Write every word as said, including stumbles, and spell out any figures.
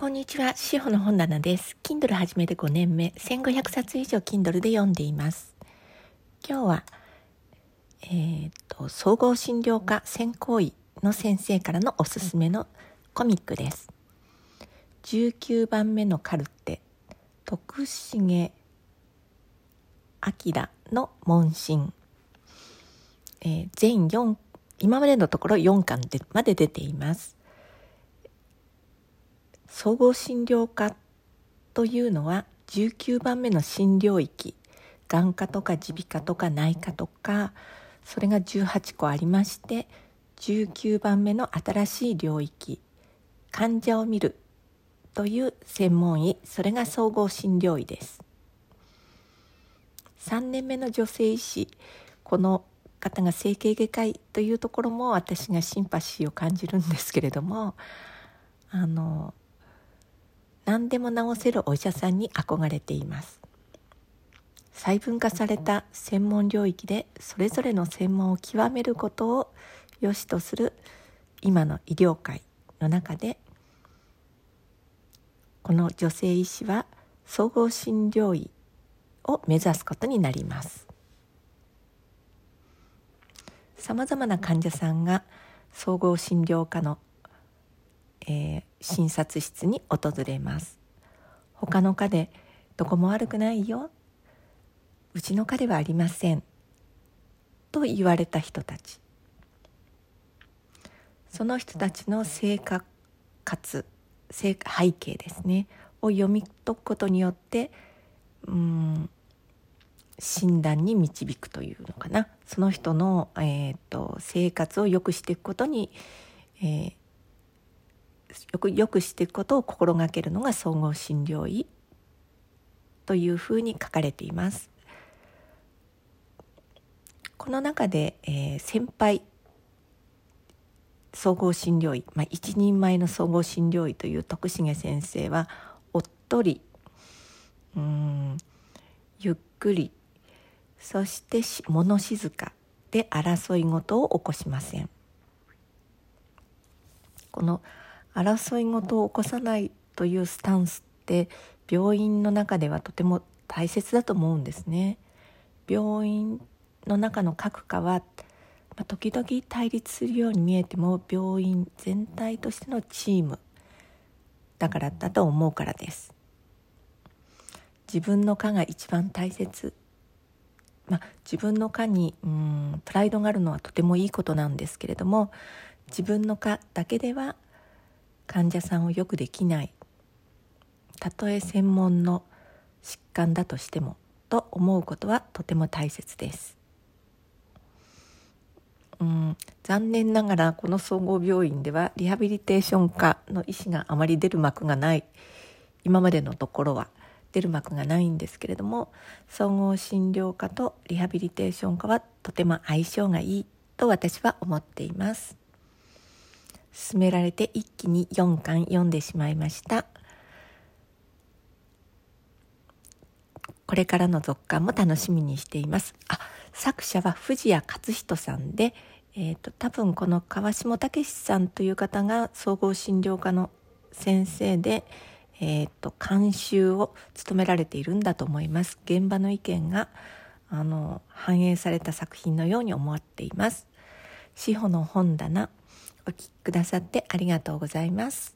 こんにちは、しほの本棚です。Kindle 始めてごねんめ、せんごひゃくさつ以上 Kindle で読んでいます。今日は、えー、と総合診療科専攻医の先生からのおすすめのコミックです。じゅうきゅうばんめのカルテ、徳重明の問診、えー、全よん、今までのところよんかんでまで出ています。総合診療科というのはじゅうきゅうばんめの診療域、眼科とか耳鼻科とか内科とか、それがじゅうはちこありまして、じゅうきゅうばんめの新しい領域、患者を見るという専門医、それが総合診療医です。さんねんめの女性医師、この方が整形外科医というところも私がシンパシーを感じるんですけれども、あの何でも治せるお医者さんに憧れています。細分化された専門領域でそれぞれの専門を極めることを良しとする今の医療界の中で、この女性医師は総合診療医を目指すことになります。さまざまな患者さんが総合診療科の、えー、診察室に訪れます。他の科でどこも悪くないよ、うちの科ではありませんと言われた人たち、その人たちの生活背景ですねを読み解くことによって、うーん診断に導くというのかな、その人の、えー、と生活を良くしていくことに、えー、よく良くしていくことを心がけるのが総合診療医というふうに書かれています。この中で、えー、先輩総合診療医、まあ、一人前の総合診療医という徳重先生はおっとり、うーんゆっくり、そして物静かで争い事を起こしません。この争い事を起こさないというスタンスって病院の中ではとても大切だと思うんですね。病院の中の各科は、まあ、時々対立するように見えても病院全体としてのチームだからだと思うからです。自分の科が一番大切、まあ、自分の科にうーんプライドがあるのはとてもいいことなんですけれども、自分の科だけでは患者さんをよくできない、たとえ専門の疾患だとしてもと思うことはとても大切です。うん残念ながらこの総合病院ではリハビリテーション科の医師があまり出る幕がない、今までのところは出る幕がないんですけれども、総合診療科とリハビリテーション科はとても相性がいいと私は思っています。勧められて一気によんかん読んでしまいました。これからの続刊も楽しみにしています。あ、作者は藤谷勝人さんで、えーと、多分この川下武さんという方が総合診療科の先生で、えーと、監修を務められているんだと思います。現場の意見があの反映された作品のように思っています。しほの本棚、お聞きくださってありがとうございます。